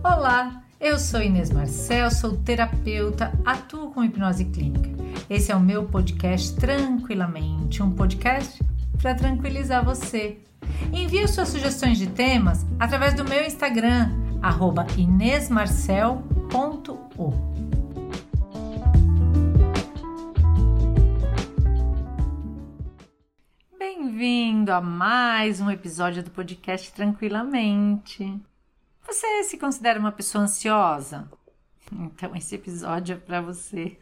Olá, eu sou Inês Marcel, sou terapeuta, atuo com hipnose clínica. Esse é o meu podcast Tranquilamente, um podcast para tranquilizar você. Envie suas sugestões de temas através do meu Instagram, @inesmarcel.o. Bem-vindo a mais um episódio do podcast Tranquilamente. Você se considera uma pessoa ansiosa? Então esse episódio é para você.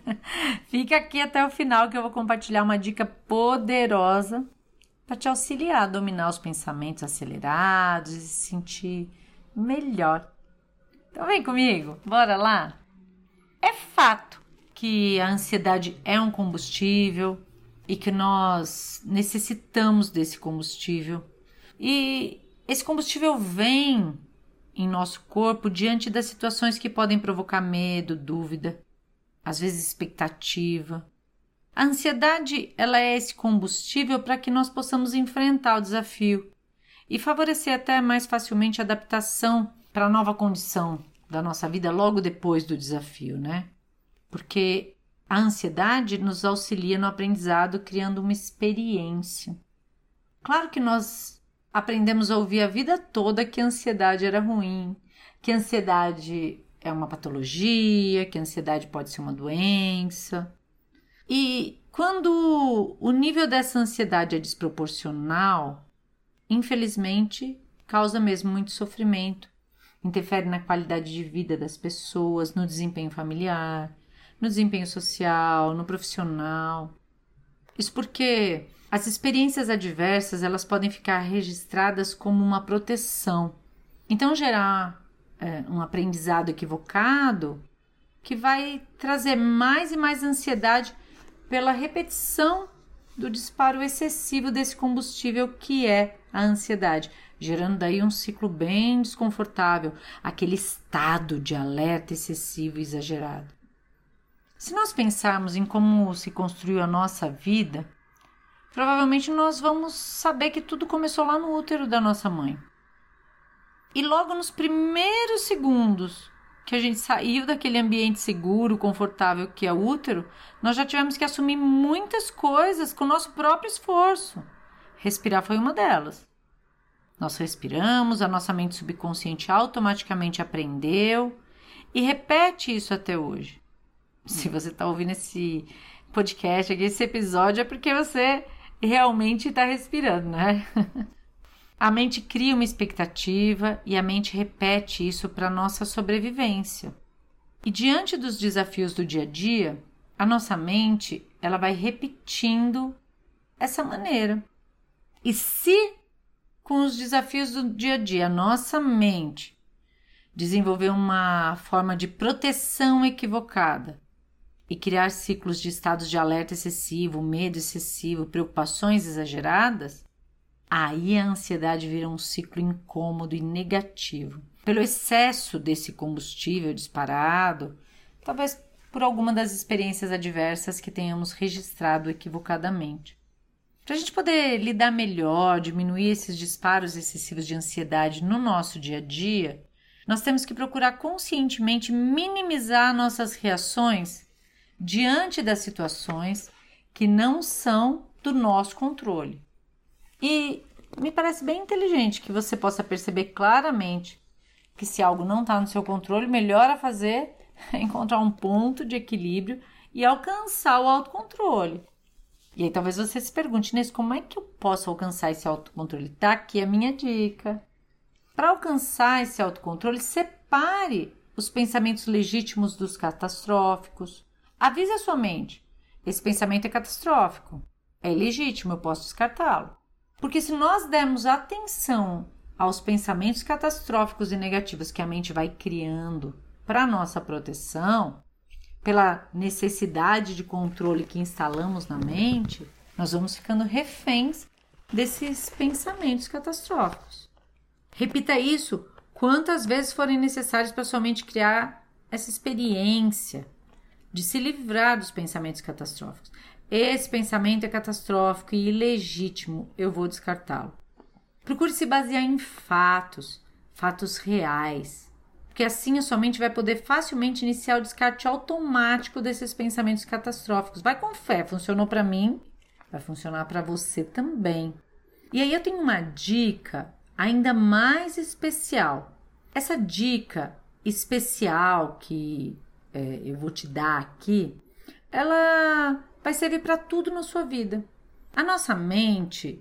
Fica aqui até o final que eu vou compartilhar uma dica poderosa para te auxiliar a dominar os pensamentos acelerados e se sentir melhor. Então vem comigo, bora lá? É fato que a ansiedade é um combustível e que nós necessitamos desse combustível. E esse combustível vem em nosso corpo diante das situações que podem provocar medo, dúvida, às vezes expectativa. A ansiedade, ela é esse combustível para que nós possamos enfrentar o desafio e favorecer até mais facilmente a adaptação para a nova condição da nossa vida logo depois do desafio, né? Porque a ansiedade nos auxilia no aprendizado criando uma experiência. Claro que nós aprendemos a ouvir a vida toda que a ansiedade era ruim, que a ansiedade é uma patologia, que a ansiedade pode ser uma doença. E quando o nível dessa ansiedade é desproporcional, infelizmente, causa mesmo muito sofrimento, interfere na qualidade de vida das pessoas, no desempenho familiar, no desempenho social, no profissional. Isso porque as experiências adversas, elas podem ficar registradas como uma proteção. Então, gerar um aprendizado equivocado que vai trazer mais e mais ansiedade pela repetição do disparo excessivo desse combustível que é a ansiedade, gerando daí um ciclo bem desconfortável, aquele estado de alerta excessivo e exagerado. Se nós pensarmos em como se construiu a nossa vida, provavelmente nós vamos saber que tudo começou lá no útero da nossa mãe. E logo nos primeiros segundos que a gente saiu daquele ambiente seguro, confortável que é o útero, nós já tivemos que assumir muitas coisas com o nosso próprio esforço. Respirar foi uma delas. Nós respiramos, a nossa mente subconsciente automaticamente aprendeu e repete isso até hoje. Se você está ouvindo esse podcast aqui, esse episódio, é porque você realmente está respirando, né? A mente cria uma expectativa e a mente repete isso para a nossa sobrevivência. E diante dos desafios do dia a dia, a nossa mente ela vai repetindo essa maneira. E se com os desafios do dia a dia a nossa mente desenvolver uma forma de proteção equivocada e criar ciclos de estados de alerta excessivo, medo excessivo, preocupações exageradas, aí a ansiedade vira um ciclo incômodo e negativo. Pelo excesso desse combustível disparado, talvez por alguma das experiências adversas que tenhamos registrado equivocadamente. Para a gente poder lidar melhor, diminuir esses disparos excessivos de ansiedade no nosso dia a dia, nós temos que procurar conscientemente minimizar nossas reações diante das situações que não são do nosso controle. E me parece bem inteligente que você possa perceber claramente que se algo não está no seu controle, melhor a fazer é encontrar um ponto de equilíbrio e alcançar o autocontrole. E aí talvez você se pergunte, Inês, como é que eu posso alcançar esse autocontrole? Tá aqui a minha dica. Para alcançar esse autocontrole, separe os pensamentos legítimos dos catastróficos. Avise a sua mente, esse pensamento é catastrófico, é ilegítimo, eu posso descartá-lo. Porque se nós dermos atenção aos pensamentos catastróficos e negativos que a mente vai criando para nossa proteção, pela necessidade de controle que instalamos na mente, nós vamos ficando reféns desses pensamentos catastróficos. Repita isso quantas vezes forem necessárias para sua mente criar essa experiência de se livrar dos pensamentos catastróficos. Esse pensamento é catastrófico e ilegítimo, eu vou descartá-lo. Procure se basear em fatos reais. porque assim a sua mente vai poder facilmente iniciar o descarte automático desses pensamentos catastróficos. Vai com fé, funcionou para mim, vai funcionar para você também. E aí eu tenho uma dica ainda mais especial. Essa dica especial que eu vou te dar aqui, ela vai servir para tudo na sua vida. A nossa mente,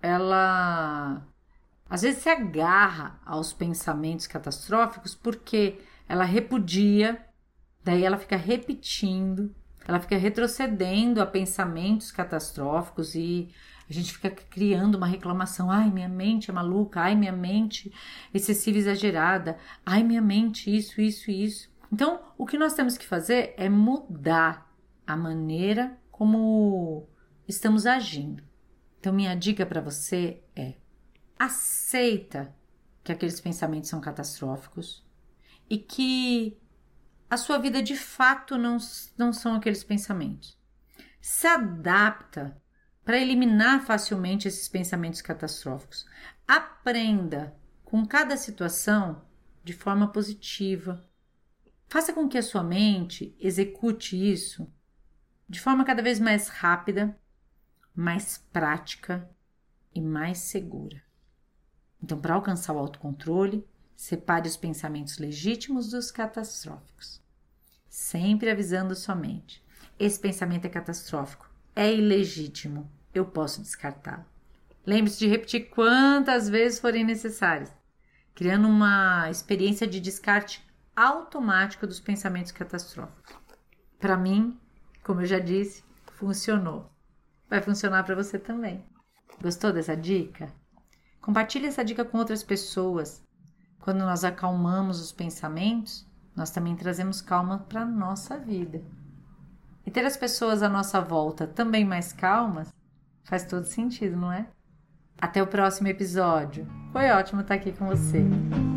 ela às vezes se agarra aos pensamentos catastróficos porque ela repudia, daí ela fica repetindo, ela fica retrocedendo a pensamentos catastróficos e a gente fica criando uma reclamação. Ai, minha mente é maluca. Ai, minha mente excessiva e exagerada. Ai, minha mente isso, isso e isso. Então, o que nós temos que fazer é mudar a maneira como estamos agindo. Então, minha dica para você é: aceita que aqueles pensamentos são catastróficos e que a sua vida de fato não são aqueles pensamentos. Se adapta para eliminar facilmente esses pensamentos catastróficos. Aprenda com cada situação de forma positiva. Faça com que a sua mente execute isso de forma cada vez mais rápida, mais prática e mais segura. Então, para alcançar o autocontrole, separe os pensamentos legítimos dos catastróficos. Sempre avisando sua mente: esse pensamento é catastrófico, é ilegítimo, eu posso descartá-lo. Lembre-se de repetir quantas vezes forem necessárias, criando uma experiência de descarte automático dos pensamentos catastróficos. Para mim, como eu já disse, funcionou. Vai funcionar para você também. Gostou dessa dica? Compartilhe essa dica com outras pessoas. Quando nós acalmamos os pensamentos, nós também trazemos calma para a nossa vida. E ter as pessoas à nossa volta também mais calmas faz todo sentido, não é? Até o próximo episódio. Foi ótimo estar aqui com você.